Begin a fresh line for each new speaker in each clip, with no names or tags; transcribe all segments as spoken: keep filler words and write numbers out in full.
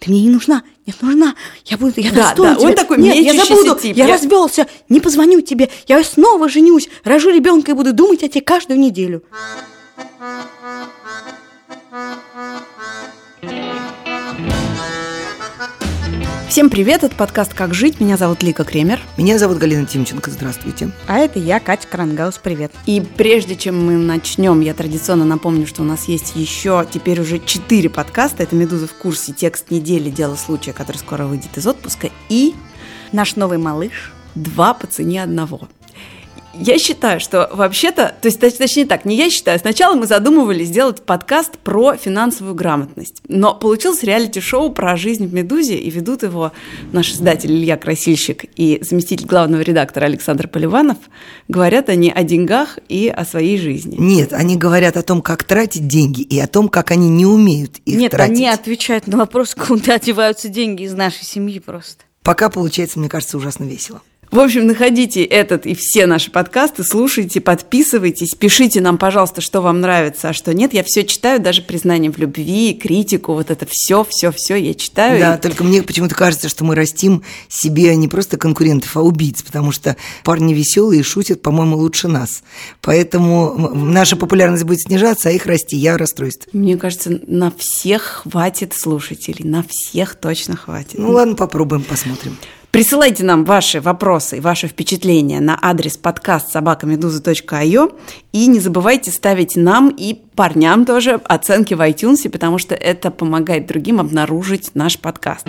Ты мне не нужна. Нет, нужна. Я буду, я
да,
достою
да,
тебя.
он такой
Нет, я забуду.
тип.
Я,
я
развелся. Не позвоню тебе. Я снова женюсь. Рожу ребенка и буду думать о тебе каждую неделю.
Всем привет, это подкаст «Как жить». Меня зовут Лика Кремер.
Меня зовут Галина Тимченко. Здравствуйте.
А это я, Катя Крангаус. Привет.
И прежде чем мы начнем, я традиционно напомню, что у нас есть еще теперь уже четыре подкаста. Это «Медуза в курсе», «Текст недели», «Дело случая», который скоро выйдет из отпуска, и
наш новый малыш.
«Два по цене одного». Я считаю, что вообще-то, то есть точнее так, не я считаю, сначала мы задумывались сделать подкаст про финансовую грамотность, но получилось реалити-шоу про жизнь в «Медузе», и ведут его наш издатель Илья Красильщик и заместитель главного редактора Александр Поливанов. Говорят они о деньгах и о своей жизни.
Нет, они говорят о том, как тратить деньги, и о том, как они не умеют их
Нет,
тратить.
Нет, они отвечают на вопрос, куда деваются деньги из нашей семьи просто.
Пока получается, мне кажется, ужасно весело.
В общем, находите этот и все наши подкасты, слушайте, подписывайтесь, пишите нам, пожалуйста, что вам нравится, а что нет. Я все читаю, даже признание в любви, критику, вот это все, все, все я читаю.
Да,
и...
только мне почему-то кажется, что мы растим себе не просто конкурентов, а убийц, потому что парни веселые шутят, по-моему, лучше нас. Поэтому наша популярность будет снижаться, а их расти. Я расстроюсь.
Мне кажется, на всех хватит слушателей, на всех точно хватит.
Ну ладно, попробуем, посмотрим.
Присылайте нам ваши вопросы и ваши впечатления на адрес подкаст собака медуза точка ай о и не забывайте ставить нам и парням тоже оценки в iTunes, потому что это помогает другим обнаружить наш подкаст.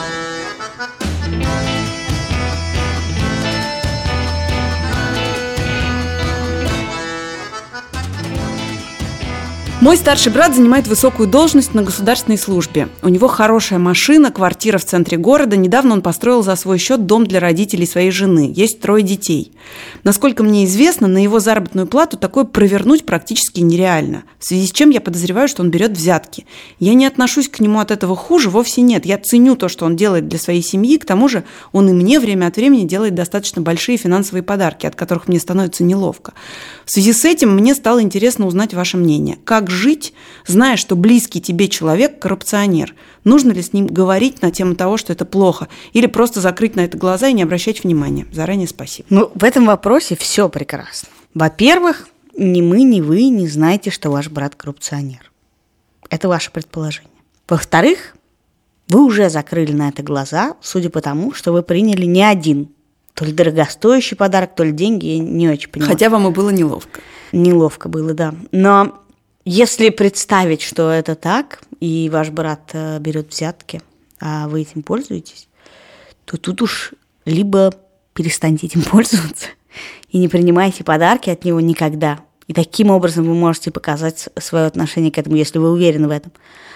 Мой старший брат занимает высокую должность на государственной службе. У него хорошая машина, квартира в центре города. Недавно он построил за свой счет дом для родителей своей жены. Есть трое детей. Насколько мне известно, на его заработную плату такое провернуть практически нереально. В связи с чем я подозреваю, что он берет взятки. Я не отношусь к нему от этого хуже, вовсе нет. Я ценю то, что он делает для своей семьи. К тому же он и мне время от времени делает достаточно большие финансовые подарки, от которых мне становится неловко. В связи с этим мне стало интересно узнать ваше мнение. Как жить, зная, что близкий тебе человек – коррупционер? Нужно ли с ним говорить на тему того, что это плохо? Или просто закрыть на это глаза и не обращать внимания? Заранее спасибо.
Ну, в этом вопросе все прекрасно. Во-первых, ни мы, ни вы не знаете, что ваш брат коррупционер. Это ваше предположение. Во-вторых, вы уже закрыли на это глаза, судя по тому, что вы приняли не один. То ли дорогостоящий подарок, то ли деньги, я не очень понимаю.
Хотя вам и было неловко.
Неловко было, да. Но если представить, что это так, и ваш брат берет взятки, а вы этим пользуетесь, то тут уж либо перестаньте этим пользоваться и не принимайте подарки от него никогда. И таким образом вы можете показать свое отношение к этому, если вы уверены в этом.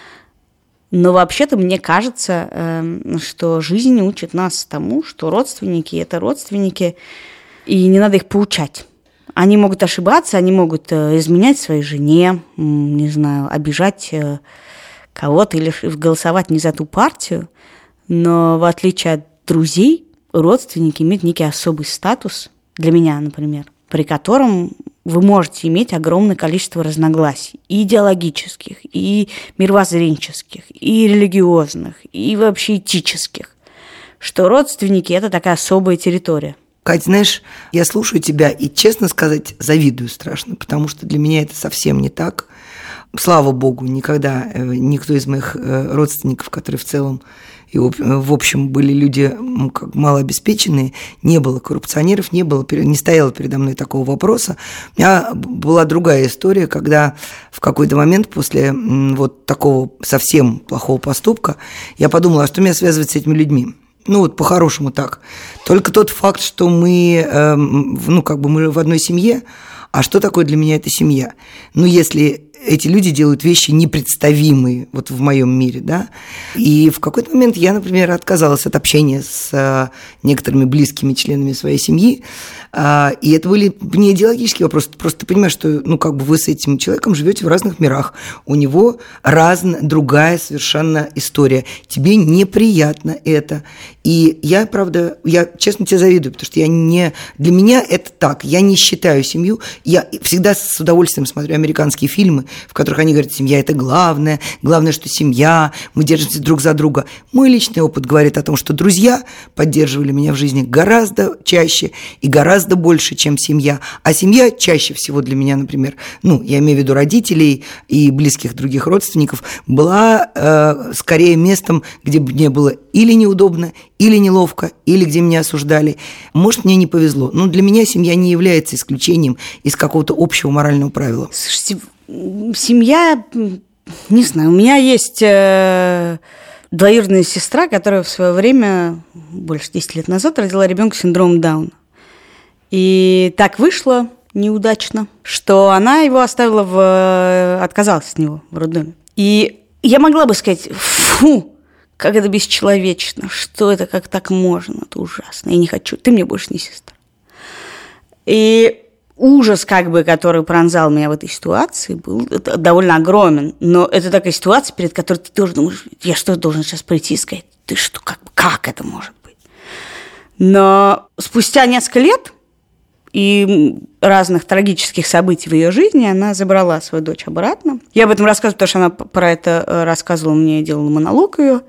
Но вообще-то мне кажется, что жизнь учит нас тому, что родственники – это родственники, и не надо их поучать. Они могут ошибаться, они могут изменять своей жене, не знаю, обижать кого-то или голосовать не за ту партию, но в отличие от друзей, родственники имеют некий особый статус, для меня, например, при котором вы можете иметь огромное количество разногласий, и идеологических, и мировоззренческих, и религиозных, и вообще этических, что родственники – это такая особая территория.
Кать, знаешь, я слушаю тебя и, честно сказать, завидую страшно, потому что для меня это совсем не так. Слава богу, никогда никто из моих родственников, которые в целом и в общем были люди малообеспеченные, не было коррупционеров, не было, не стояло передо мной такого вопроса. У меня была другая история, когда в какой-то момент после вот такого совсем плохого поступка я подумала, а что меня связывает с этими людьми? Ну вот по-хорошему так. Только тот факт, что мы, э, ну как бы мы в одной семье, а что такое для меня эта семья? Ну если эти люди делают вещи непредставимые вот в моем мире, да, и в какой-то момент я, например, отказалась от общения с некоторыми близкими членами своей семьи, и это были не идеологические вопросы, просто ты понимаешь, что, ну, как бы вы с этим человеком живете в разных мирах, у него разная, другая совершенно история, тебе неприятно это, и я, правда, я честно тебе завидую, потому что я не, для меня это так, я не считаю семью, я всегда с удовольствием смотрю американские фильмы, в которых они говорят, семья – это главное, главное, что семья, мы держимся друг за друга. Мой личный опыт говорит о том, что друзья поддерживали меня в жизни гораздо чаще и гораздо больше, чем семья. А семья чаще всего для меня, например, ну, я имею в виду родителей и близких других родственников, была э, скорее местом, где мне было или неудобно, или неловко, или где меня осуждали. Может, мне не повезло. Но для меня семья не является исключением из какого-то общего морального правила.
Слушайте, семья, не знаю, у меня есть э, двоюродная сестра, которая в свое время, больше десять лет назад, родила ребенка с синдромом Дауна. И так вышло неудачно, что она его оставила в... отказалась от него в роддоме. И я могла бы сказать, фу, как это бесчеловечно, что это, как так можно, это ужасно, я не хочу, ты мне больше не сестра. И ужас, как бы, который пронзал меня в этой ситуации, был довольно огромен, но это такая ситуация, перед которой ты тоже думаешь, я что, должен сейчас прийти и сказать, ты что, как, как это может быть? Но спустя несколько лет и разных трагических событий в ее жизни она забрала свою дочь обратно. Я об этом рассказываю, потому что она про это рассказывала мне, делала монолог ее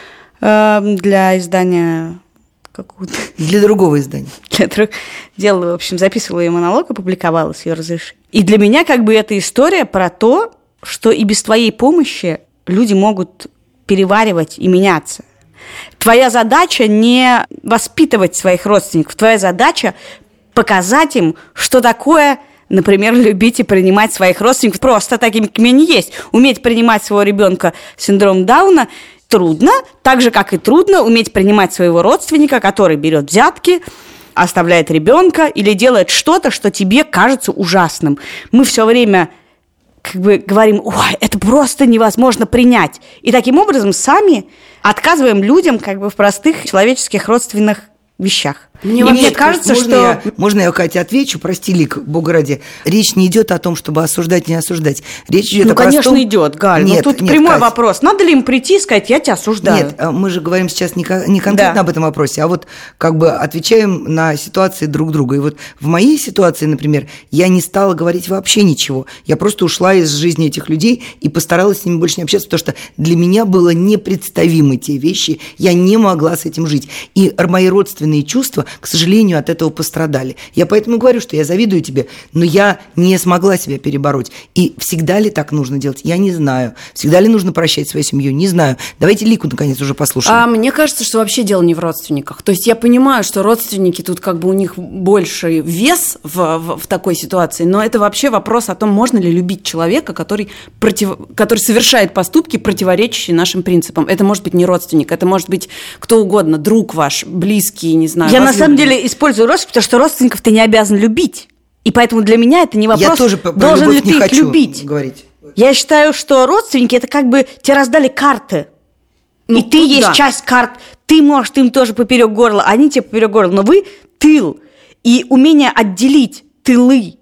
для издания какого-то.
Для другого издания.
Для друг... Делала, в общем, записывала ее монолог, опубликовала с ее разрешения. И для меня как бы эта история про то, что и без твоей помощи люди могут переваривать и меняться. Твоя задача не воспитывать своих родственников, твоя задача показать им, что такое, например, любить и принимать своих родственников просто такими, какими они есть. Уметь принимать своего ребенка с синдромом Дауна трудно, так же, как и трудно уметь принимать своего родственника, который берет взятки, оставляет ребенка или делает что-то, что тебе кажется ужасным. Мы все время как бы говорим, ой, это просто невозможно принять. И таким образом сами отказываем людям как бы в простых человеческих родственных вещах. Мне,
мне,
мне кажется,
можно
что...
Я, можно я, Катя, отвечу? Прости, Лик, Бога ради. Речь не идет о том, чтобы осуждать, не осуждать. Речь идет
ну,
о простом...
конечно, идет, Галь. Нет, но тут нет, прямой Кать. Вопрос. Надо ли им прийти и сказать, я тебя осуждаю?
Нет, мы же говорим сейчас не, не конкретно да. об этом вопросе, а вот как бы отвечаем на ситуации друг друга. И вот в моей ситуации, например, я не стала говорить вообще ничего. Я просто ушла из жизни этих людей и постаралась с ними больше не общаться, потому что для меня было непредставимы те вещи. Я не могла с этим жить. И мои родственные чувства, к сожалению, от этого пострадали. Я поэтому говорю, что я завидую тебе, но я не смогла себя перебороть. И всегда ли так нужно делать? Я не знаю. Всегда ли нужно прощать свою семью? Не знаю. Давайте Лику, наконец, уже послушаем.
А мне кажется, что вообще дело не в родственниках. То есть я понимаю, что родственники, тут как бы у них больше вес в, в, в такой ситуации, но это вообще вопрос о том, можно ли любить человека, который, против, который совершает поступки, противоречащие нашим принципам. Это может быть не родственник, это может быть кто угодно, друг ваш, близкий, не знаю.
Я на самом деле использую родственников, потому что родственников ты не обязан любить. И поэтому для меня это не вопрос,
я тоже про
должен ли ты их любить.
Говорить.
Я считаю, что родственники – это как бы тебе раздали карты. Ну, и ты ну, есть да. часть карт. Ты, может, им тоже поперек горла, они тебе поперек горла. Но вы – тыл. И умение отделить тылы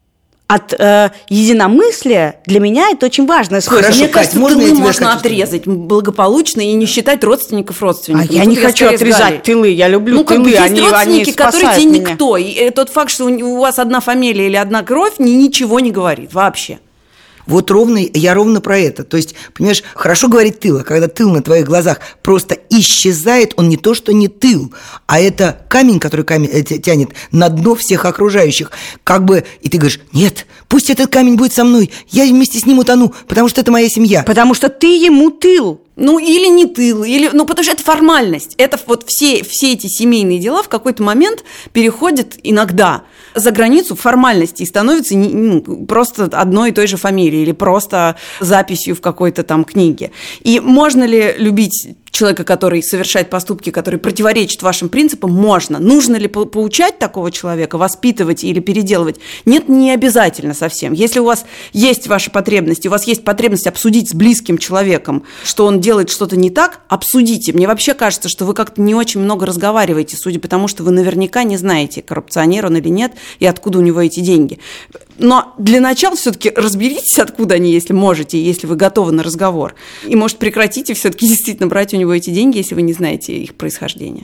от э, единомыслия для меня это очень важное свойство.
Мне кажется, можно тылы можно отрезать благополучно и не считать родственников родственниками.
А я не хочу отрезать тылы, я люблю
ну,
тылы,
есть
они,
родственники,
они
которые тебе
меня.
никто. И тот факт, что у вас одна фамилия или одна кровь, ничего не говорит вообще.
Вот ровно, я ровно про это. То есть, понимаешь, хорошо говорить тыл, а когда тыл на твоих глазах просто исчезает, он не то, что не тыл, а это камень, который камень тянет на дно всех окружающих. Как бы, и ты говоришь, нет, пусть этот камень будет со мной, я вместе с ним утону, потому что это моя семья.
Потому что ты ему тыл.
Ну, или не тыл, или, ну, потому что это формальность. Это вот все, все эти семейные дела в какой-то момент переходят иногда за границу формальности и становятся ну, просто одной и той же фамилией или просто записью в какой-то там книге. И можно ли любить человека, который совершает поступки, которые противоречат вашим принципам? Можно. Нужно ли поучать такого человека, воспитывать или переделывать? Нет, не обязательно совсем. Если у вас есть ваши потребности, у вас есть потребность обсудить с близким человеком, что он делает что-то не так, обсудите. Мне вообще кажется, что вы как-то не очень много разговариваете, судя по тому, что вы наверняка не знаете, коррупционер он или нет, и откуда у него эти деньги. Но для начала все-таки разберитесь, откуда они, если можете, если вы готовы на разговор. И, может, прекратите все-таки действительно брать у него эти деньги, если вы не знаете их происхождения.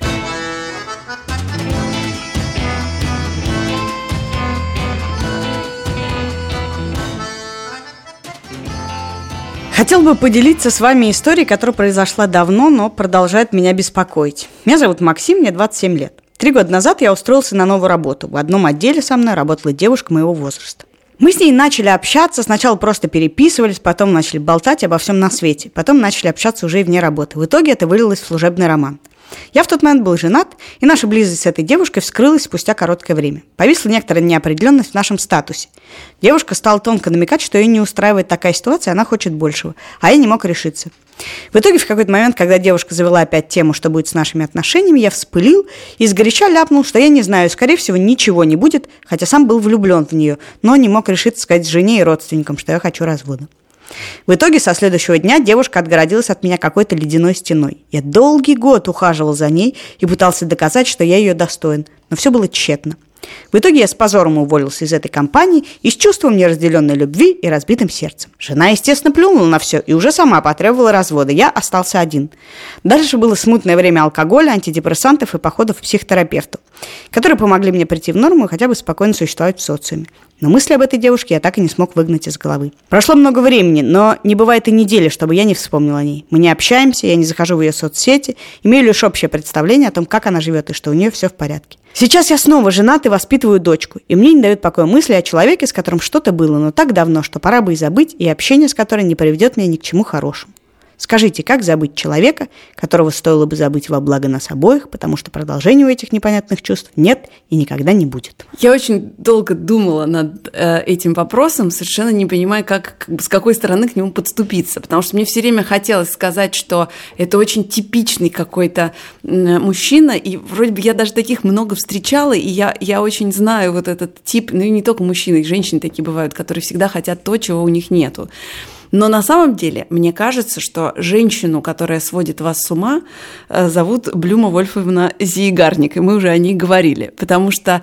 Хотел бы поделиться с вами историей, которая произошла давно, но продолжает меня беспокоить. Меня зовут Максим, мне двадцать семь лет. Три года назад я устроился на новую работу. В одном отделе со мной работала девушка моего возраста. Мы с ней начали общаться, сначала просто переписывались, потом начали болтать обо всем на свете, потом начали общаться уже и вне работы. В итоге это вылилось в служебный роман. Я в тот момент был женат, и наша близость с этой девушкой вскрылась спустя короткое время. Повисла некоторая неопределенность в нашем статусе. Девушка стала тонко намекать, что ее не устраивает такая ситуация, она хочет большего, а я не мог решиться. В итоге в какой-то момент, когда девушка завела опять тему, что будет с нашими отношениями, я вспылил и сгоряча ляпнул, что я не знаю, скорее всего, ничего не будет, хотя сам был влюблен в нее, но не мог решиться сказать жене и родственникам, что я хочу развода. В итоге со следующего дня девушка отгородилась от меня какой-то ледяной стеной. Я долгий год ухаживал за ней и пытался доказать, что я ее достоин, но все было тщетно. В итоге я с позором уволился из этой компании и с чувством неразделенной любви и разбитым сердцем. Жена, естественно, плюнула на все и уже сама потребовала развода. Я остался один. Дальше было смутное время алкоголя, антидепрессантов и походов к психотерапевту, которые помогли мне прийти в норму и хотя бы спокойно существовать в социуме. Но мысли об этой девушке я так и не смог выгнать из головы. Прошло много времени, но не бывает и недели, чтобы я не вспомнил о ней. Мы не общаемся, я не захожу в ее соцсети, имею лишь общее представление о том, как она живет и что у нее все в порядке. Сейчас я снова женат и воспитываю дочку, и мне не дают покоя мысли о человеке, с которым что-то было, но так давно, что пора бы и забыть, и общение с которым не приведет меня ни к чему хорошему. Скажите, как забыть человека, которого стоило бы забыть во благо нас обоих, потому что продолжения у этих непонятных чувств нет и никогда не будет?
Я очень долго думала над э, этим вопросом, совершенно не понимая, как, как бы, с какой стороны к нему подступиться, потому что мне все время хотелось сказать, что это очень типичный какой-то э, мужчина, и вроде бы я даже таких много встречала, и я, я очень знаю вот этот тип, ну и не только мужчины, и женщины такие бывают, которые всегда хотят то, чего у них нету. Но на самом деле, мне кажется, что женщину, которая сводит вас с ума, зовут Блюма Вольфовна Зиегарник, и мы уже о ней говорили. Потому что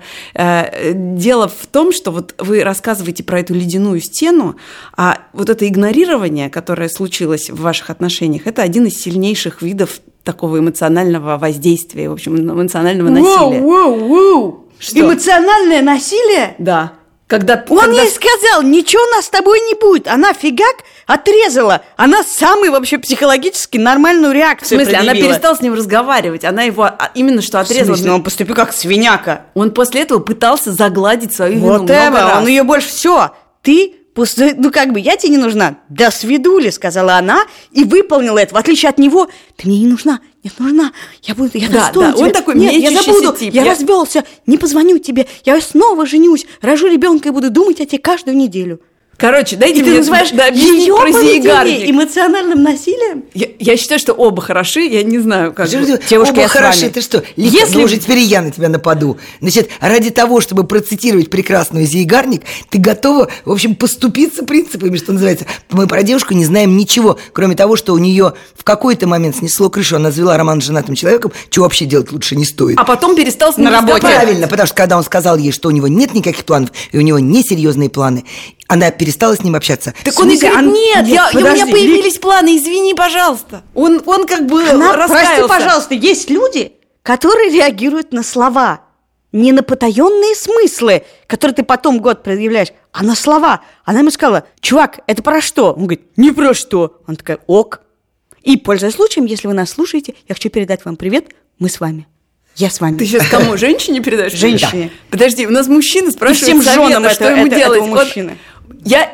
э, дело в том, что вот вы рассказываете про эту ледяную стену, а вот это игнорирование, которое случилось в ваших отношениях, это один из сильнейших видов такого эмоционального воздействия, в общем, эмоционального насилия.
Воу, воу, воу! Что? Эмоциональное насилие?
Да. Когда,
Он
когда...
ей сказал, ничего у нас с тобой не будет. Она фигак отрезала. Она самую вообще психологически нормальную реакцию
В смысле,
проявила.
она перестала с ним разговаривать. Она его именно что отрезала.
В смысле, он поступил как свиняка.
Он после этого пытался загладить свою вину
вот
много
это,
раз.
Он ее больше... Все, ты... Ну, как бы, я тебе не нужна. До свидули, сказала она, и выполнила это. В отличие от него, ты мне не нужна. Нет, нужна. Я буду, я
да,
достоин
да,
тебя.
он такой
Нет, я забуду.
тип.
Я,
я
развелся, не позвоню тебе. Я снова женюсь, рожу ребенка и буду думать о тебе каждую неделю.
Короче, дайте
и
мне
ты называешь
да,
ее
про Зиегарник
эмоциональным насилием?
Я, я считаю, что оба хороши, я не знаю, как...
Девушка, оба я хороши, ты что? Лика, Если... ну уже теперь я на тебя нападу. Значит, ради того, чтобы процитировать прекрасную Зиегарник, ты готова, в общем, поступиться принципами, что называется. Мы про девушку не знаем ничего, кроме того, что у нее в какой-то момент снесло крышу, она завела роман с женатым человеком, чего вообще делать лучше не стоит.
А потом перестал с ним
на работе. Правильно, потому что когда он сказал ей, что у него нет никаких планов, и у него несерьезные планы, она перестала с ним общаться.
Так он и говорит,
он...
нет, я,
Подожди,
у меня появились планы, извини, пожалуйста. Он, он как бы
она,
раскаялся.
Прости, пожалуйста, есть люди, которые реагируют на слова, не на потаенные смыслы, которые ты потом год предъявляешь, а на слова. Она ему сказала, чувак, это про что? Он говорит, не про что. Он такая, ок. И, пользуясь случаем, если вы нас слушаете, я хочу передать вам привет, мы с вами. Я с вами.
Ты сейчас кому? Женщине передаешь?
Женщине.
Да. Подожди, у нас мужчина спрашивает совета, что ему
это,
делать.
Этого мужчины.
Я...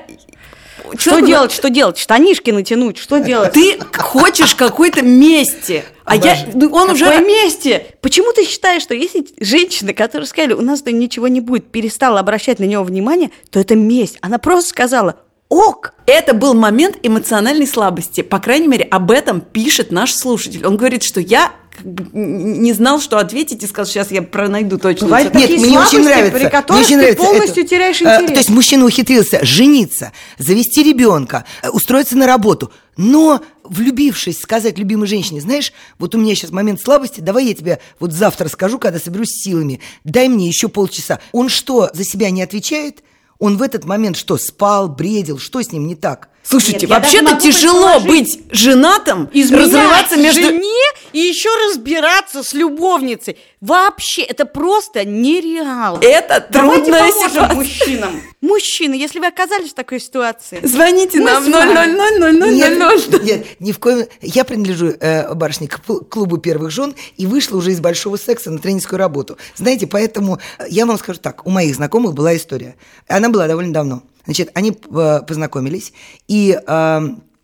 Что, что делать, что делать? Штанишки натянуть, что делать?
Ты хочешь какой-то мести. А я, ну, он уже...
Какое мести? Почему ты считаешь, что если женщина, которая сказали, у нас ничего не будет, перестала обращать на него внимание, то это месть? Она просто сказала, ок.
Это был момент эмоциональной слабости. По крайней мере, об этом пишет наш слушатель. Он говорит, что я не знал, что ответить, и сказал, сейчас я найду точно.
Бывают Нет, мне слабости, очень нравится,
при которых
мне очень
ты
нравится
полностью
это.
теряешь интерес.
А, то есть мужчина ухитрился жениться, завести ребенка, устроиться на работу, но влюбившись, сказать любимой женщине, знаешь, вот у меня сейчас момент слабости, давай я тебе вот завтра скажу, когда соберусь с силами, дай мне еще полчаса. Он что, за себя не отвечает? Он в этот момент что, спал, бредил? Что с ним не так?
Слушайте,
Нет,
вообще-то тяжело быть женатым, разрываться между...
жене и еще разбираться с любовницей. Вообще, это просто нереально.
Это трудная ситуация.
Мужчинам. Мужчины, если вы оказались в такой ситуации,
звоните нам ноль ноль ноль ноль ноль ноль ноль.
Нет, нет, ни в коем... Я принадлежу, э, барышне, к клубу первых жен и вышла уже из большого секса на тренерскую работу. Знаете, поэтому я вам скажу так. У моих знакомых была история. Она была довольно давно. Значит, они э, познакомились, и э,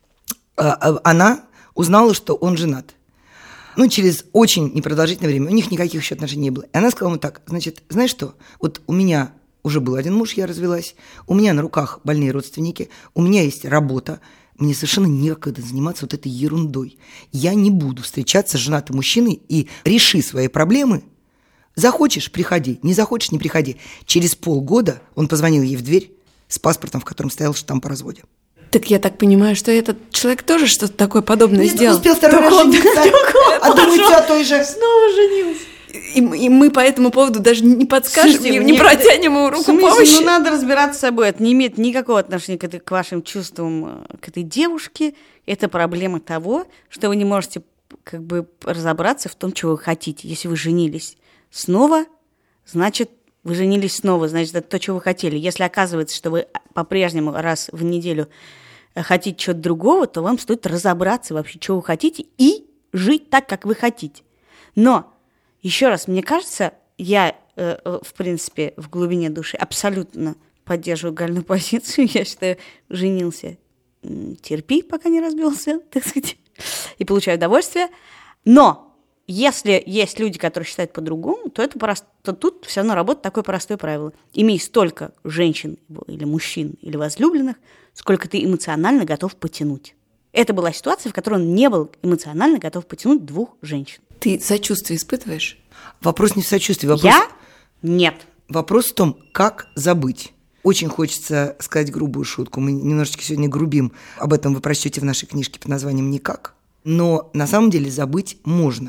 э, она узнала, что он женат. Ну, через очень непродолжительное время. У них никаких еще отношений не было. И она сказала ему так, значит, знаешь что, вот у меня уже был один муж, я развелась, у меня на руках больные родственники, у меня есть работа, мне совершенно некогда заниматься вот этой ерундой. Я не буду встречаться с женатым мужчиной и реши свои проблемы. Захочешь – приходи, не захочешь – не приходи. Через полгода он позвонил ей в дверь с паспортом, в котором стоял штамп о разводе.
Так я так понимаю, что этот человек тоже что-то такое подобное
Нет,
сделал.
Нет, он успел второй раз жениться, а думает, все о той же.
Снова женился.
И, и мы по этому поводу даже не подскажем,
Слушайте,
не, не протянем ему руку
смысле,
помощи.
Ну, надо разбираться с собой. Это не имеет никакого отношения к, этой, к вашим чувствам к этой девушке. Это проблема того, что вы не можете как бы разобраться в том, чего вы хотите. Если вы женились снова, значит, вы женились снова, значит, это то, чего вы хотели. Если оказывается, что вы по-прежнему раз в неделю хотите чего-то другого, то вам стоит разобраться вообще, чего вы хотите, и жить так, как вы хотите. Но, еще раз, мне кажется, я, э, в принципе, в глубине души абсолютно поддерживаю Галину позицию. Я считаю, женился, терпи, пока не разбился, так сказать, и получай удовольствие. Но если есть люди, которые считают по-другому, то, это просто, то тут все равно работает такое простое правило. Имей столько женщин или мужчин или возлюбленных, сколько ты эмоционально готов потянуть. Это была ситуация, в которой он не был эмоционально готов потянуть двух женщин.
Ты сочувствие испытываешь?
Вопрос не в сочувствии. Вопрос...
Я? Нет.
Вопрос в том, как забыть. Очень хочется сказать грубую шутку. Мы немножечко сегодня грубим. Об этом вы прочтете в нашей книжке под названием «Никак». Но на самом деле забыть можно.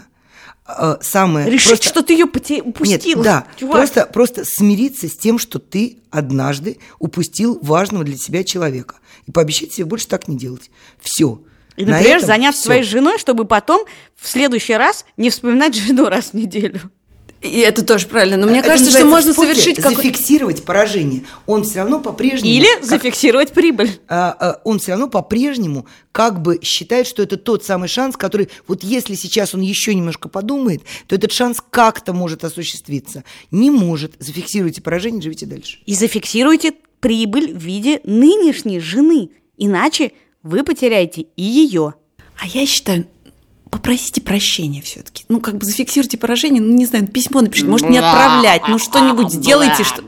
Самое
Решить, просто... что ты ее поте... упустила.
Нет, да,
чувак.
просто, просто смириться с тем, что ты однажды упустил важного для себя человека. И пообещать себе больше так не делать. Все.
И, например, заняться своей женой, чтобы потом в следующий раз не вспоминать жену раз в неделю.
И это тоже правильно. Но мне
это
кажется, что можно совершить...
Как... Зафиксировать поражение. Он все равно по-прежнему...
Или
как...
зафиксировать прибыль.
А, а, он все равно по-прежнему как бы считает, что это тот самый шанс, который... Вот если сейчас он еще немножко подумает, то этот шанс как-то может осуществиться. Не может. Зафиксируйте поражение, живите дальше.
И зафиксируйте прибыль в виде нынешней жены. Иначе вы потеряете и ее.
А я считаю... Попросите прощения все-таки. Ну, как бы зафиксируйте поражение, ну, не знаю, письмо напишите, может, не отправлять, ну, что-нибудь сделайте, что...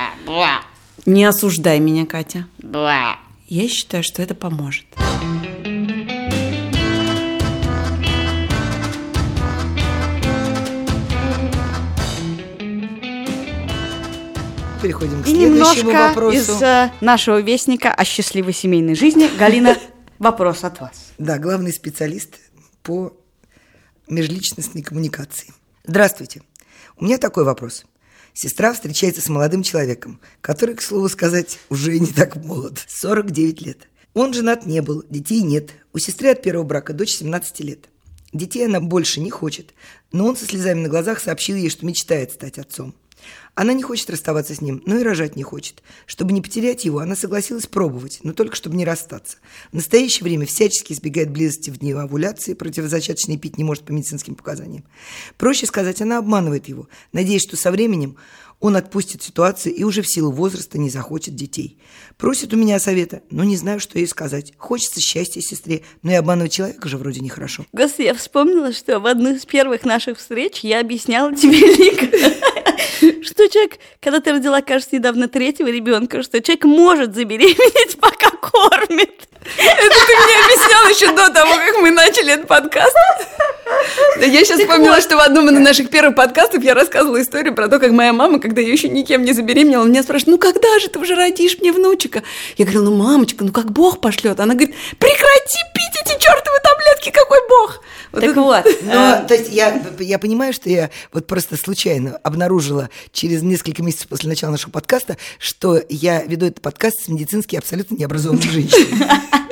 Не осуждай меня, Катя. Я считаю, что это поможет.
Переходим к
И
следующему
немножко
вопросу.
из uh, нашего вестника о счастливой семейной жизни. Галина, вопрос от вас.
Да, главный специалист по межличностной коммуникации. Здравствуйте. У меня такой вопрос. Сестра встречается с молодым человеком, который, к слову сказать, уже не так молод, сорок девять лет. Он женат не был, детей нет. У сестры от первого брака дочь семнадцать лет. Детей она больше не хочет, но он со слезами на глазах сообщил ей, что мечтает стать отцом. Она не хочет расставаться с ним, но и рожать не хочет. Чтобы не потерять его, она согласилась пробовать, но только чтобы не расстаться. В настоящее время всячески избегает близости в дни овуляции, противозачаточной пить не может по медицинским показаниям. Проще сказать, она обманывает его, надеясь, что со временем он отпустит ситуацию и уже в силу возраста не захочет детей. Просит у меня совета, но не знаю, что ей сказать. Хочется счастья сестре, но и обманывать человека же вроде нехорошо.
Господи, я вспомнила, что в одну из первых наших встреч я объясняла тебе, Лика, что человек, когда ты родила, кажется, недавно третьего ребенка, что человек может забеременеть, пока кормит.
Это ты мне объяснял еще до того, как мы начали этот подкаст. Да, я сейчас так вспомнила, вот. Что в одном из наших первых подкастов я рассказывала историю про то, как моя мама, когда я еще никем не забеременела, меня спрашивает, ну когда же ты уже родишь мне внучика? Я говорю, ну мамочка, ну как Бог пошлет. Она говорит, прекрати пить эти чертовы таблетки, какой Бог?
Вот так это... вот.
Но, то есть я, я понимаю, что я вот просто случайно обнаружила через несколько месяцев после начала нашего подкаста, что я веду этот подкаст с медицински абсолютно необразованной женщиной.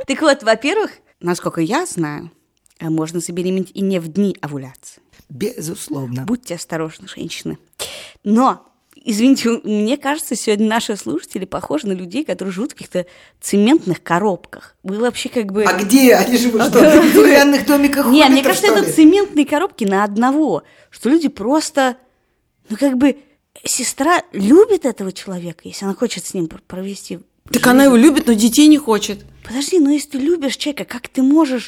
Так вот, во-первых, насколько я знаю, можно забеременеть и не в дни овуляции.
Безусловно.
Будьте осторожны, женщины. Но, извините, мне кажется, сегодня наши слушатели похожи на людей, которые живут в каких-то цементных коробках. Вы вообще как бы...
А где они живут? Что, в деревянных домиках?
Нет, мне кажется, это цементные коробки на одного. Что люди просто, ну как бы, сестра любит этого человека, если она хочет с ним провести...
Так
жизнь.
она его любит, но детей не хочет.
Подожди, но если ты любишь человека, как ты можешь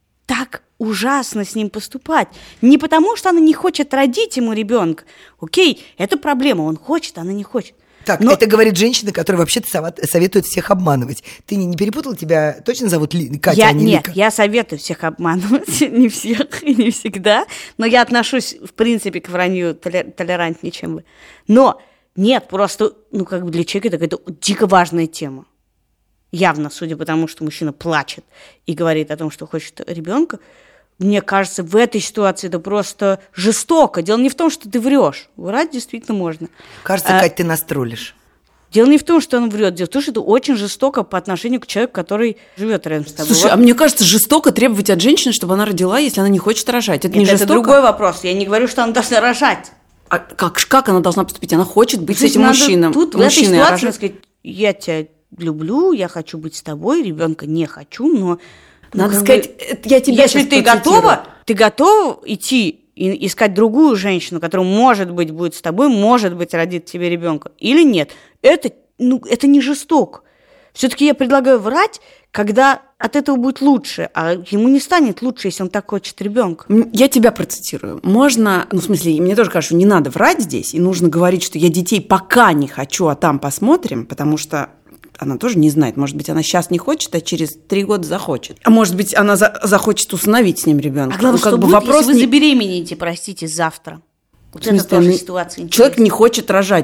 так ужасно с ним поступать? Не потому, что она не хочет родить ему ребенка. Окей, это проблема, он хочет, она не хочет.
Так,
Но...
это говорит женщина, которая вообще-то советует всех обманывать. Ты не, не перепутала? Тебя точно зовут Ли... Катя,
я,
а не
нет,
Лика?
Я советую всех обманывать, не всех и не всегда, но я отношусь, в принципе, к вранью толерантнее, чем вы. Но нет, просто, ну, как бы для человека это какая-то дико важная тема. Явно, судя по тому, что мужчина плачет и говорит о том, что хочет ребенка, мне кажется, в этой ситуации это просто жестоко. Дело не в том, что ты врешь. Врать действительно можно.
Кажется,
а,
Кать, ты нас троллишь.
Дело не в том, что он врет. Дело в том, что это очень жестоко по отношению к человеку, который живет рядом с тобой.
Слушай, вот. А мне кажется, жестоко требовать от женщины, чтобы она родила, если она не хочет рожать. Это
Нет,
не
это
жестоко?
другой вопрос. Я не говорю, что она должна рожать.
А как, как она должна поступить? Она хочет быть
То
с этим мужчиной.
Тут
мужчиной,
в этой ситуации
рожать...
сказать, я тебя люблю, я хочу быть с тобой, ребенка не хочу, но...
Надо
ну,
сказать, бы, я тебя
если ты готова, ты готова идти и искать другую женщину, которая, может быть, будет с тобой, может быть, родит тебе ребенка, или нет. Это, ну, это не жестоко. Все-таки я предлагаю врать, когда от этого будет лучше, а ему не станет лучше, если он так хочет ребенка.
Я тебя процитирую. Можно, ну, в смысле, мне тоже кажется, что не надо врать здесь, и нужно говорить, что я детей пока не хочу, а там посмотрим, потому что она тоже не знает. Может быть, она сейчас не хочет, а через три года захочет. А может быть, она за- захочет усыновить с ним ребенка.
А главное,
ну, как
что
бы
будет,
вопрос
если вы
не...
забеременеете, простите, завтра? Вот
В смысле,
это тоже
он...
ситуация интересная.
Человек не хочет рожать.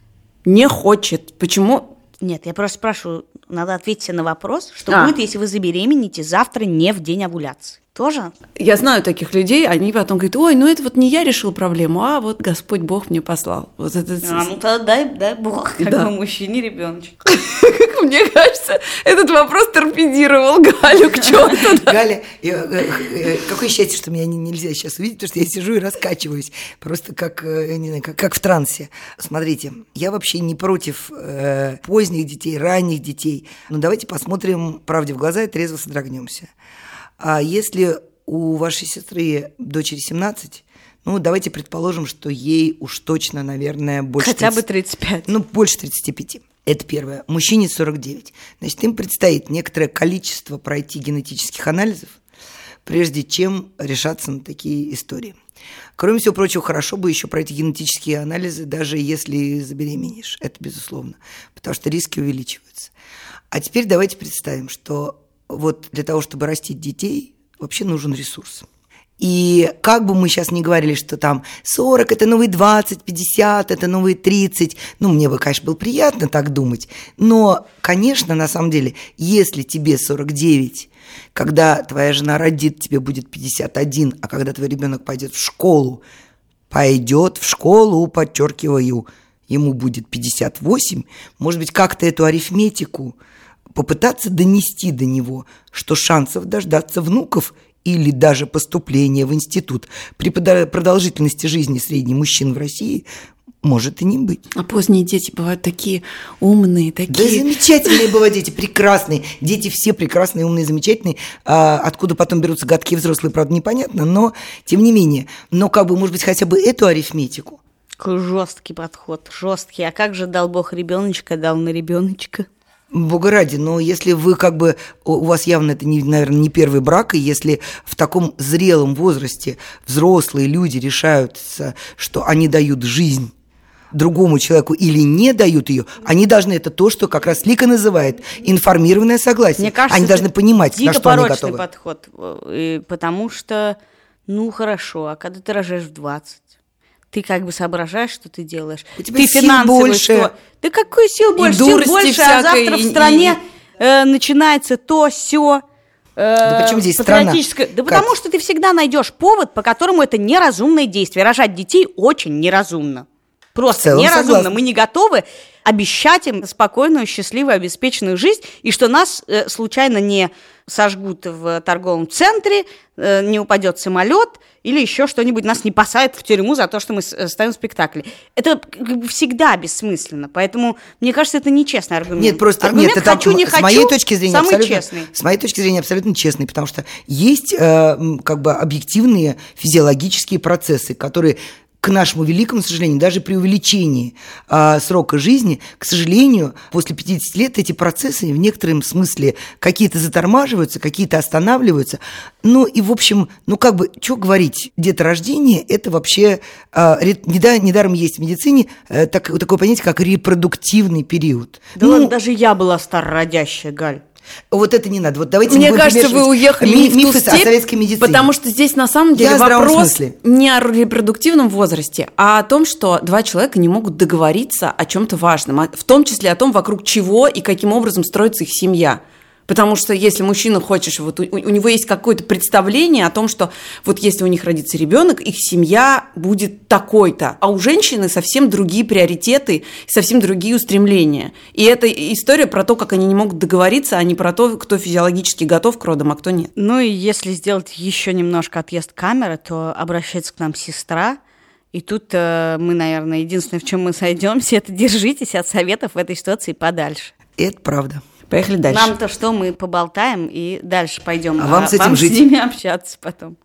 Не хочет. Почему?
Нет, я просто спрашиваю, надо ответить на вопрос, что
а.
будет, если вы забеременеете завтра не в день овуляции? Тоже?
Я знаю таких людей, они потом говорят, ой, ну это вот не я решил проблему, а вот Господь Бог мне послал. Вот это...
А, ну тогда дай, дай Бог, как
да.
бы мужчине ребеночек.
Как мне кажется, этот вопрос торпедировал Галю к черту.
Галя, какое счастье, что меня нельзя сейчас увидеть, потому что я сижу и раскачиваюсь, просто как, не знаю, как, как в трансе. Смотрите, я вообще не против э, поздних детей, ранних детей, но давайте посмотрим правде в глаза и трезво содрогнемся. А если у вашей сестры дочери семнадцать, ну, давайте предположим, что ей уж точно, наверное, больше...
Хотя бы тридцать пять.
Ну, больше тридцати пяти. Это первое. Мужчине сорок девять. Значит, им предстоит некоторое количество пройти генетических анализов, прежде чем решаться на такие истории. Кроме всего прочего, хорошо бы еще пройти генетические анализы, даже если забеременеешь. Это безусловно, потому что риски увеличиваются. А теперь давайте представим, что вот для того, чтобы растить детей, вообще нужен ресурс. И как бы мы сейчас ни говорили, что там сорок – это новые двадцать, пятьдесят – это новые тридцать, ну, мне бы, конечно, было приятно так думать, но, конечно, на самом деле, если тебе сорок девять, когда твоя жена родит, тебе будет пятьдесят один, а когда твой ребенок пойдет в школу, пойдет в школу, подчеркиваю, ему будет пятьдесят восемь, может быть, как-то эту арифметику попытаться донести до него, что шансов дождаться внуков или даже поступления в институт при продолжительности жизни средний мужчин в России может и не быть.
А поздние дети бывают такие умные, такие...
Да замечательные бывают дети, прекрасные. Дети все прекрасные, умные, замечательные. А откуда потом берутся гадкие взрослые, правда, непонятно, но тем не менее. Но как бы, может быть, хотя бы эту арифметику.
Какой жесткий подход, жесткий. А как же дал Бог ребеночка, дал на ребеночка?
Бога ради, но если вы как бы, у вас явно это, не, наверное, не первый брак, и если в таком зрелом возрасте взрослые люди решаются, что они дают жизнь другому человеку или не дают ее, они должны, это то, что как раз Лика называет информированное согласие.
Мне кажется,
они должны понимать, на что они готовы.
Дико порочный подход, потому что, ну хорошо, а когда ты рожаешь в двадцать, ты как бы соображаешь, что ты делаешь.
У тебя
ты
сил
финансово
больше.
Что? Да какой сил больше? Сил больше,
всякой,
а завтра
и,
в стране
и...
э, начинается то, сё. Э,
да почему здесь страна?
Да как? Потому что ты всегда найдешь повод, по которому это неразумное действие. Рожать детей очень неразумно. Просто неразумно. Согласна. Мы не готовы обещать им спокойную, счастливую, обеспеченную жизнь, и что нас э, случайно не сожгут в торговом центре, э, не упадет самолет, или еще что-нибудь, нас не посадят в тюрьму за то, что мы ставим спектакли. Это как бы всегда бессмысленно, поэтому, мне кажется, это нечестный аргумент.
Нет, просто
аргумент
нет, это
«хочу, не
с
хочу»
моей точки зрения
самый
абсолютно,
честный.
С моей точки зрения абсолютно честный, потому что есть э, как бы объективные физиологические процессы, которые, к нашему великому сожалению, даже при увеличении э, срока жизни, к сожалению, после пятидесяти лет эти процессы в некотором смысле какие-то затормаживаются, какие-то останавливаются. Ну и, в общем, ну как бы, что говорить, деторождение – это вообще, э, недаром есть в медицине э, так, такое понятие, как репродуктивный период.
Да
ну,
ладно, даже я была старородящая, Галь.
Вот это не надо. Вот давайте
Мне
не будем
кажется, вы уехали
ми-
не в ту
мифы
степь,
о советской медицине.
потому что здесь на самом деле
Я
вопрос не о репродуктивном возрасте, а о том, что два человека не могут договориться о чем-то важном, в том числе о том, вокруг чего и каким образом строится их семья. Потому что если мужчина хочет, вот у, у него есть какое-то представление о том, что вот если у них родится ребенок, их семья будет такой-то, а у женщины совсем другие приоритеты, совсем другие устремления. И это история про то, как они не могут договориться, а не про то, кто физиологически готов к родам, а кто нет.
Ну и если сделать еще немножко отъезд камеры, то обращается к нам сестра. И тут э, мы, наверное, единственное, в чем мы сойдемся, это держитесь от советов в этой ситуации подальше.
Это правда.
Поехали дальше.
Нам-то что, мы поболтаем и дальше пойдем.
А вам с этим
вам
жить.
с ними общаться потом.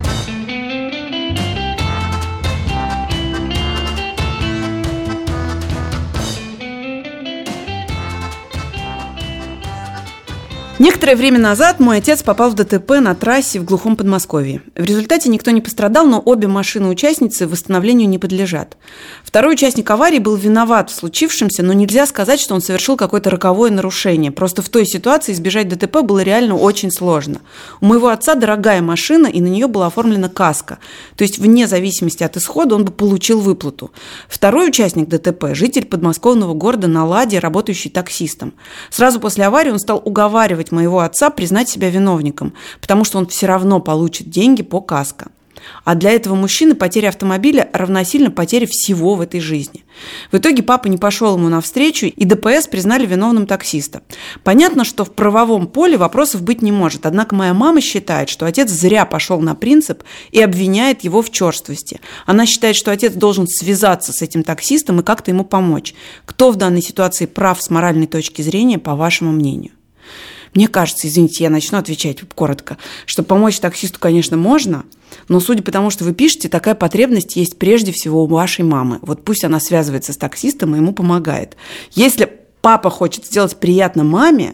Некоторое время назад мой отец попал в ДТП на трассе в глухом Подмосковье. В результате никто не пострадал, но обе машины-участницы восстановлению не подлежат. Второй участник аварии был виноват в случившемся, но нельзя сказать, что он совершил какое-то роковое нарушение. Просто в той ситуации избежать ДТП было реально очень сложно. У моего отца дорогая машина, и на нее была оформлена каска. То есть вне зависимости от исхода он бы получил выплату. Второй участник ДТП – житель подмосковного города на «Ладе», работающий таксистом. Сразу после аварии он стал уговаривать моего отца признать себя виновником, потому что он все равно получит деньги по каско. А для этого мужчины потеря автомобиля равносильно потере всего в этой жизни. В итоге папа не пошел ему навстречу, и ДПС признали виновным таксиста. Понятно, что в правовом поле вопросов быть не может, однако моя мама считает, что отец зря пошел на принцип и обвиняет его в черствости. Она считает, что отец должен связаться с этим таксистом и как-то ему помочь. Кто в данной ситуации прав с моральной точки зрения, по вашему мнению? Мне кажется, извините, я начну отвечать коротко, что помочь таксисту, конечно, можно, но судя по тому, что вы пишете, такая потребность есть прежде всего у вашей мамы. Вот пусть она связывается с таксистом и ему помогает. Если папа хочет сделать приятно маме,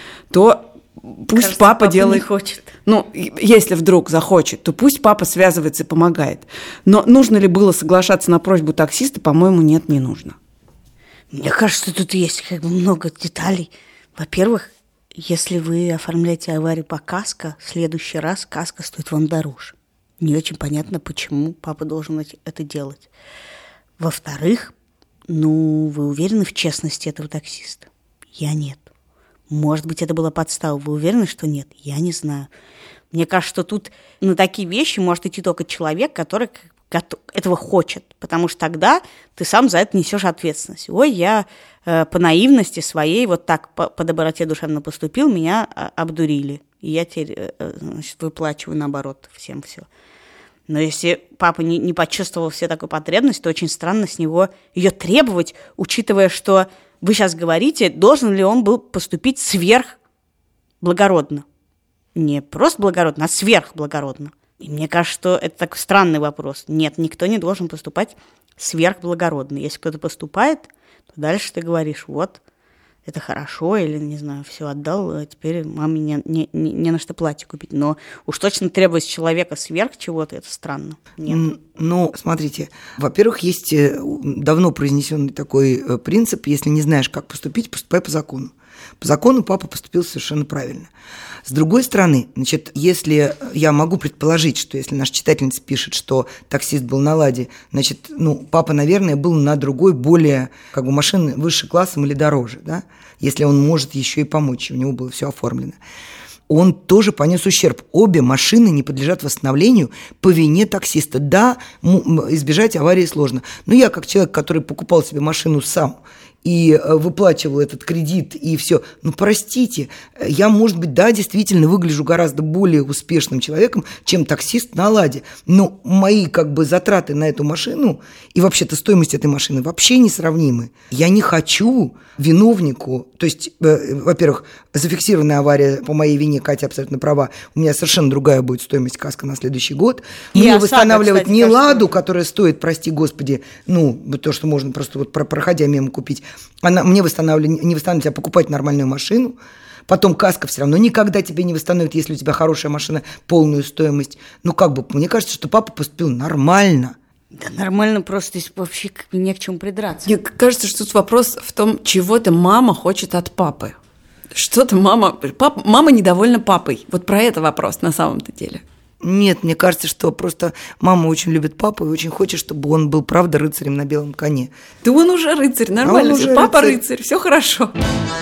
то пусть
Кажется,
папа,
папа
делает...
не хочет.
Ну, если вдруг захочет, то пусть папа связывается и помогает. Но нужно ли было соглашаться на просьбу таксиста, по-моему, нет, не нужно.
Мне кажется, тут есть как бы много деталей. Во-первых, если вы оформляете аварию по каско, в следующий раз каска стоит вам дороже. Не очень понятно, почему папа должен это делать. Во-вторых, ну, вы уверены в честности этого таксиста? Я нет. Может быть, это была подстава. Вы уверены, что нет? Я не знаю. Мне кажется, что тут на такие вещи может идти только человек, который этого хочет, потому что тогда ты сам за это несешь ответственность. Ой, я э, по наивности своей вот так по, по доброте душевно поступил, меня а, обдурили, и я теперь э, значит, выплачиваю наоборот всем все. Но если папа не, не почувствовал все такую потребность, то очень странно с него ее требовать, учитывая, что вы сейчас говорите, должен ли он был поступить сверхблагородно. Не просто благородно, а сверхблагородно. И мне кажется, что это такой странный вопрос. Нет, никто не должен поступать сверхблагородно. Если кто-то поступает, то дальше ты говоришь, вот, это хорошо, или, не знаю, все отдал, а теперь маме не, не, не, не на что платье купить. Но уж точно требовать с человека сверх чего-то, это странно. Нет.
Ну, смотрите, во-первых, есть давно произнесенный такой принцип, если не знаешь, как поступить, поступай по закону. По закону папа поступил совершенно правильно. С другой стороны, значит, если я могу предположить, что если наша читательница пишет, что таксист был на «Ладе», значит, ну, папа, наверное, был на другой, более, как бы, машины выше классом или дороже, да, если он может еще и помочь, у него было все оформлено. Он тоже понес ущерб. Обе машины не подлежат восстановлению по вине таксиста. Да, избежать аварии сложно. Но я, как человек, который покупал себе машину сам, и выплачивал этот кредит, и все. Ну, простите, я, может быть, да, действительно выгляжу гораздо более успешным человеком, чем таксист на «Ладе». Но мои, как бы, затраты на эту машину и вообще-то стоимость этой машины вообще несравнимы. Я не хочу виновнику, то есть, э, во-первых, зафиксированная авария по моей вине, Катя абсолютно права, у меня совершенно другая будет стоимость каска на следующий год.
И
Мне
ОСАГО,
восстанавливать
кстати,
не
кажется,
«Ладу»,
тоже.
которая стоит, прости господи, ну, то, что можно просто вот проходя мимо купить. Она мне восстанавливает, не восстанавливает, а покупать нормальную машину. Потом каска все равно никогда тебе не восстановит, если у тебя хорошая машина, полную стоимость. Ну, как бы, мне кажется, что папа поступил нормально.
Да нормально, просто вообще как бы не к чему придраться.
Мне кажется, что тут вопрос в том, чего-то мама хочет от папы. Что-то мама... Пап, мама недовольна папой. Вот про это вопрос на самом-то деле.
Нет, мне кажется, что просто мама очень любит папу и очень хочет, чтобы он был, правда, рыцарем на белом коне.
Да он уже рыцарь, нормально.
А он уже
Папа
рыцарь.
рыцарь, все хорошо.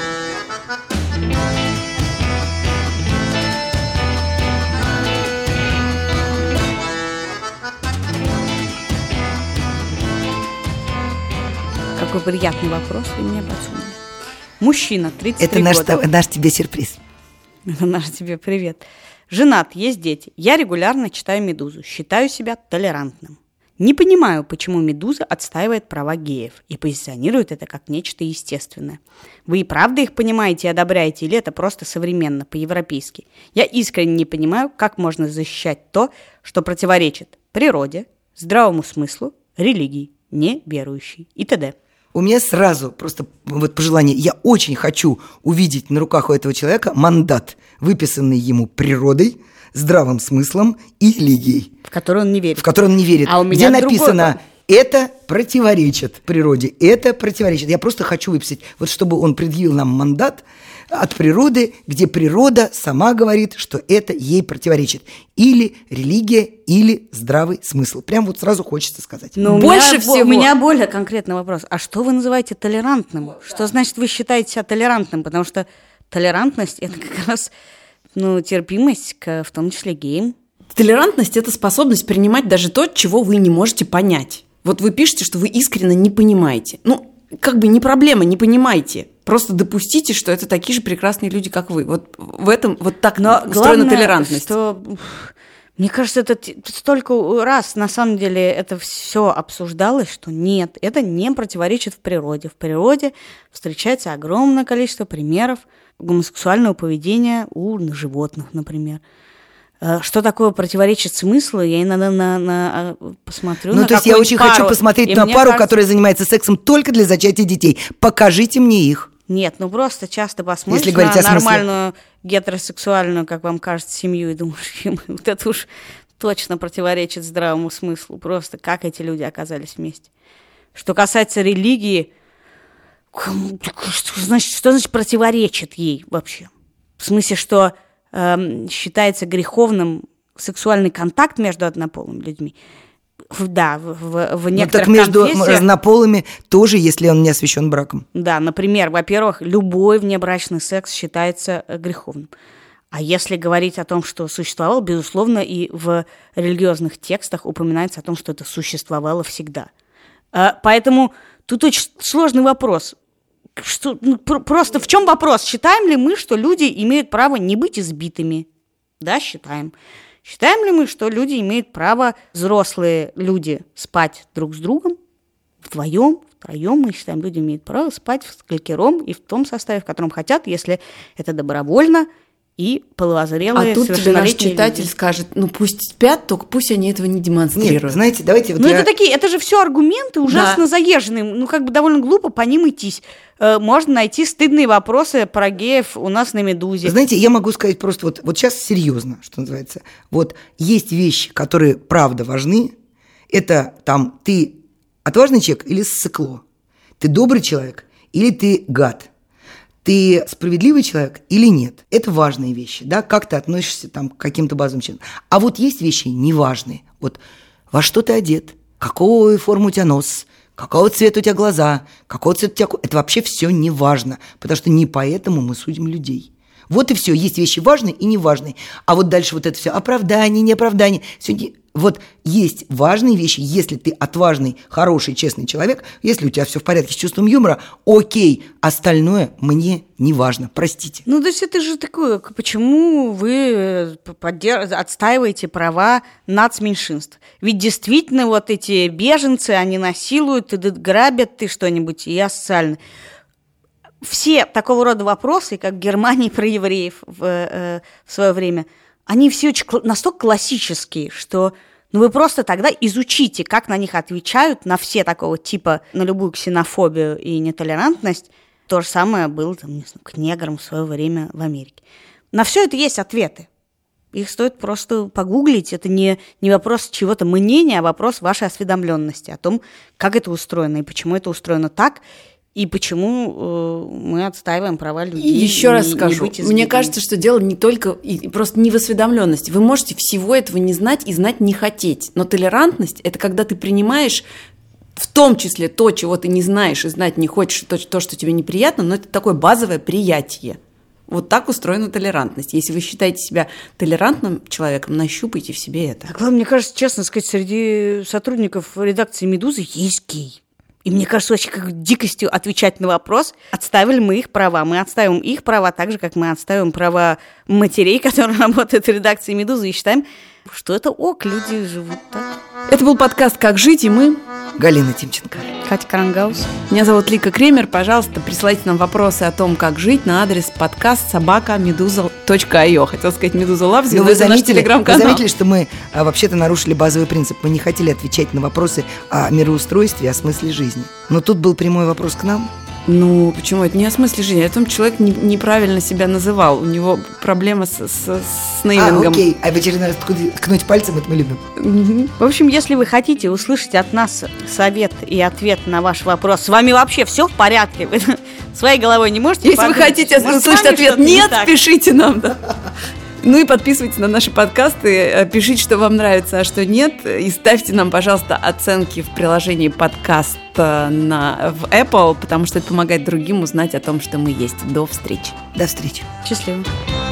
Какой приятный вопрос вы мне подсунули. Мужчина, тридцать три
Это наш,
года.
наш тебе сюрприз.
Это наш тебе привет. Женат, есть дети. Я регулярно читаю «Медузу». Считаю себя толерантным. Не понимаю, почему «Медуза» отстаивает права геев и позиционирует это как нечто естественное. Вы и правда их понимаете и одобряете, или это просто современно, по-европейски? Я искренне не понимаю, как можно защищать то, что противоречит природе, здравому смыслу, религии, неверующей и т.д.
У меня сразу просто вот пожелание. Я очень хочу увидеть на руках у этого человека мандат, выписанный ему природой, здравым смыслом и религией.
В которую он не верит.
В который он не верит.
А у меня
где
другой
написано
вопрос.
«это противоречит природе», «это противоречит». Я просто хочу выписать, вот чтобы он предъявил нам мандат от природы, где природа сама говорит, что это ей противоречит. Или религия, или здравый смысл. Прям вот сразу хочется сказать.
Но у
Больше
меня,
всего-
У меня более конкретный вопрос. А что вы называете толерантным? Что значит вы считаете себя толерантным? Потому что толерантность – это как раз ну, терпимость к, в том числе, геям.
Толерантность – это способность принимать даже то, чего вы не можете понять. Вот вы пишете, что вы искренне не понимаете. Ну, как бы не проблема, не понимайте. Просто допустите, что это такие же прекрасные люди, как вы. Вот в этом вот так
Но
устроена
главное,
толерантность.
что, мне кажется, это т- столько раз на самом деле это все обсуждалось, что нет, это не противоречит в природе. В природе встречается огромное количество примеров гомосексуального поведения у животных, например. Э, Что такое противоречит смыслу, я иногда на, на, э, посмотрю
Ну,
на
то есть я
какую-нибудь
очень
пару,
хочу посмотреть
и
на
мне
пару,
кажется-
которая занимается сексом только для зачатия детей. Покажите мне их.
Нет, ну просто часто посмотришь
Если говорить
на
о смысле.
нормальную гетеросексуальную, как вам кажется, семью и думаешь, вот это уж точно противоречит здравому смыслу. Просто как эти люди оказались вместе. Что касается религии, кому- что значит, что значит противоречит ей вообще? В смысле, что эм, считается греховным сексуальный контакт между однополыми людьми? В- Да, в, в, в
Ну,
некоторых
так между
конфессиях-
разнополыми тоже, если он не освящен браком.
Да, например, во-первых, любой внебрачный секс считается э, греховным. А если говорить о том, что существовало, безусловно, и в религиозных текстах упоминается о том, что это существовало всегда. А, Поэтому тут очень сложный вопрос. Что, ну, пр- просто в чем вопрос? Считаем ли мы, что люди имеют право не быть избитыми? Да, считаем. Считаем ли мы, что люди имеют право, взрослые люди, спать друг с другом вдвоем, втроем? Мы считаем, люди имеют право спать с кликером и в том составе, в котором хотят, если это добровольно и половозрелые
А тут тебе наш
совершеннолетние
читатель
люди.
скажет, ну пусть спят, только пусть они этого не демонстрируют.
Нет, знаете, давайте вот
Ну,
я...
это такие, это же все аргументы ужасно
Да.
заезженные. Ну, как бы довольно глупо по ним идтись. Э, Можно найти стыдные вопросы про геев у нас на «Медузе».
Знаете, я могу сказать просто вот, вот сейчас серьезно, что называется. Вот есть вещи, которые правда важны. Это там ты отважный человек или ссыкло? Ты добрый человек или ты гад? Ты справедливый человек или нет? Это важные вещи, да, как ты относишься там, к каким-то базовым вещам. А вот есть вещи неважные. Вот во что ты одет, какую форму у тебя нос, какого цвета у тебя глаза, какого цвета у тебя... ко- Это вообще все неважно, потому что не поэтому мы судим людей. Вот и все. Есть вещи важные и неважные. А вот дальше вот это все оправдание, неоправдание. Все не... Вот есть важные вещи, если ты отважный, хороший, честный человек, если у тебя все в порядке с чувством юмора, окей, остальное мне не важно, простите.
Ну, то есть это же такое, почему вы поддерж... отстаиваете права нацменьшинств? Ведь действительно вот эти беженцы, они насилуют, и грабят, и что-нибудь, и асоциальны. Все такого рода вопросы, как в Германии про евреев в, э, в свое время, они все очень настолько классические, что ну, вы просто тогда изучите, как на них отвечают, на все такого типа, на любую ксенофобию и нетолерантность. То же самое было там, не знаю, к неграм в свое время в Америке. На все это есть ответы. Их стоит просто погуглить. Это не, не вопрос чего-то мнения, а вопрос вашей осведомленности о том, как это устроено и почему это устроено так, и почему э, мы отстаиваем права людей.
И еще раз
не,
скажу,
не
мне кажется, что дело не только и просто не в осведомленности. Вы можете всего этого не знать и знать не хотеть. Но толерантность – это когда ты принимаешь в том числе то, чего ты не знаешь и знать не хочешь, то, то, что тебе неприятно, но это такое базовое приятие. Вот так устроена толерантность. Если вы считаете себя толерантным человеком, нащупайте в себе это.
А главное, мне кажется, честно сказать, среди сотрудников редакции «Медузы» есть гей. И мне кажется, вообще как дикостью отвечать на вопрос, отставили мы их права. Мы отставим их права так же, как мы отставим права матерей, которые работают в редакции «Медузы», и считаем, что это ок, люди живут так.
Это был подкаст «Как жить», и мы...
Галина Тимченко.
Катя Крангаус.
Меня зовут Лика Кремер. Пожалуйста, присылайте нам вопросы о том, как жить, на адрес подкаст собака медуза точка ай о. Хотела сказать «Медуза Лавзи», но
вы
это наш
заметили,
телеграм-канал.
Вы заметили, что мы а, вообще-то нарушили базовый принцип. Мы не хотели отвечать на вопросы о мироустройстве, о смысле жизни. Но тут был прямой вопрос к нам.
Ну, почему? Это не о смысле жизни. Это человек не, неправильно себя называл. У него проблема с, с, с неймингом.
А, окей. А в очередной раз ткнуть пальцем, это мы любим.
Угу.
В общем, если вы хотите услышать от нас совет и ответ на ваш вопрос, с вами вообще все в порядке? Вы своей головой не можете
Если подумать, вы хотите
может,
услышать ответ «нет»,
не
пишите нам, да. Ну и подписывайтесь на наши подкасты, пишите, что вам нравится, а что нет, и ставьте нам, пожалуйста, оценки в приложении подкаст на, в Apple, потому что это помогает другим узнать о том, что мы есть. До встречи.
До встречи.
Счастливо.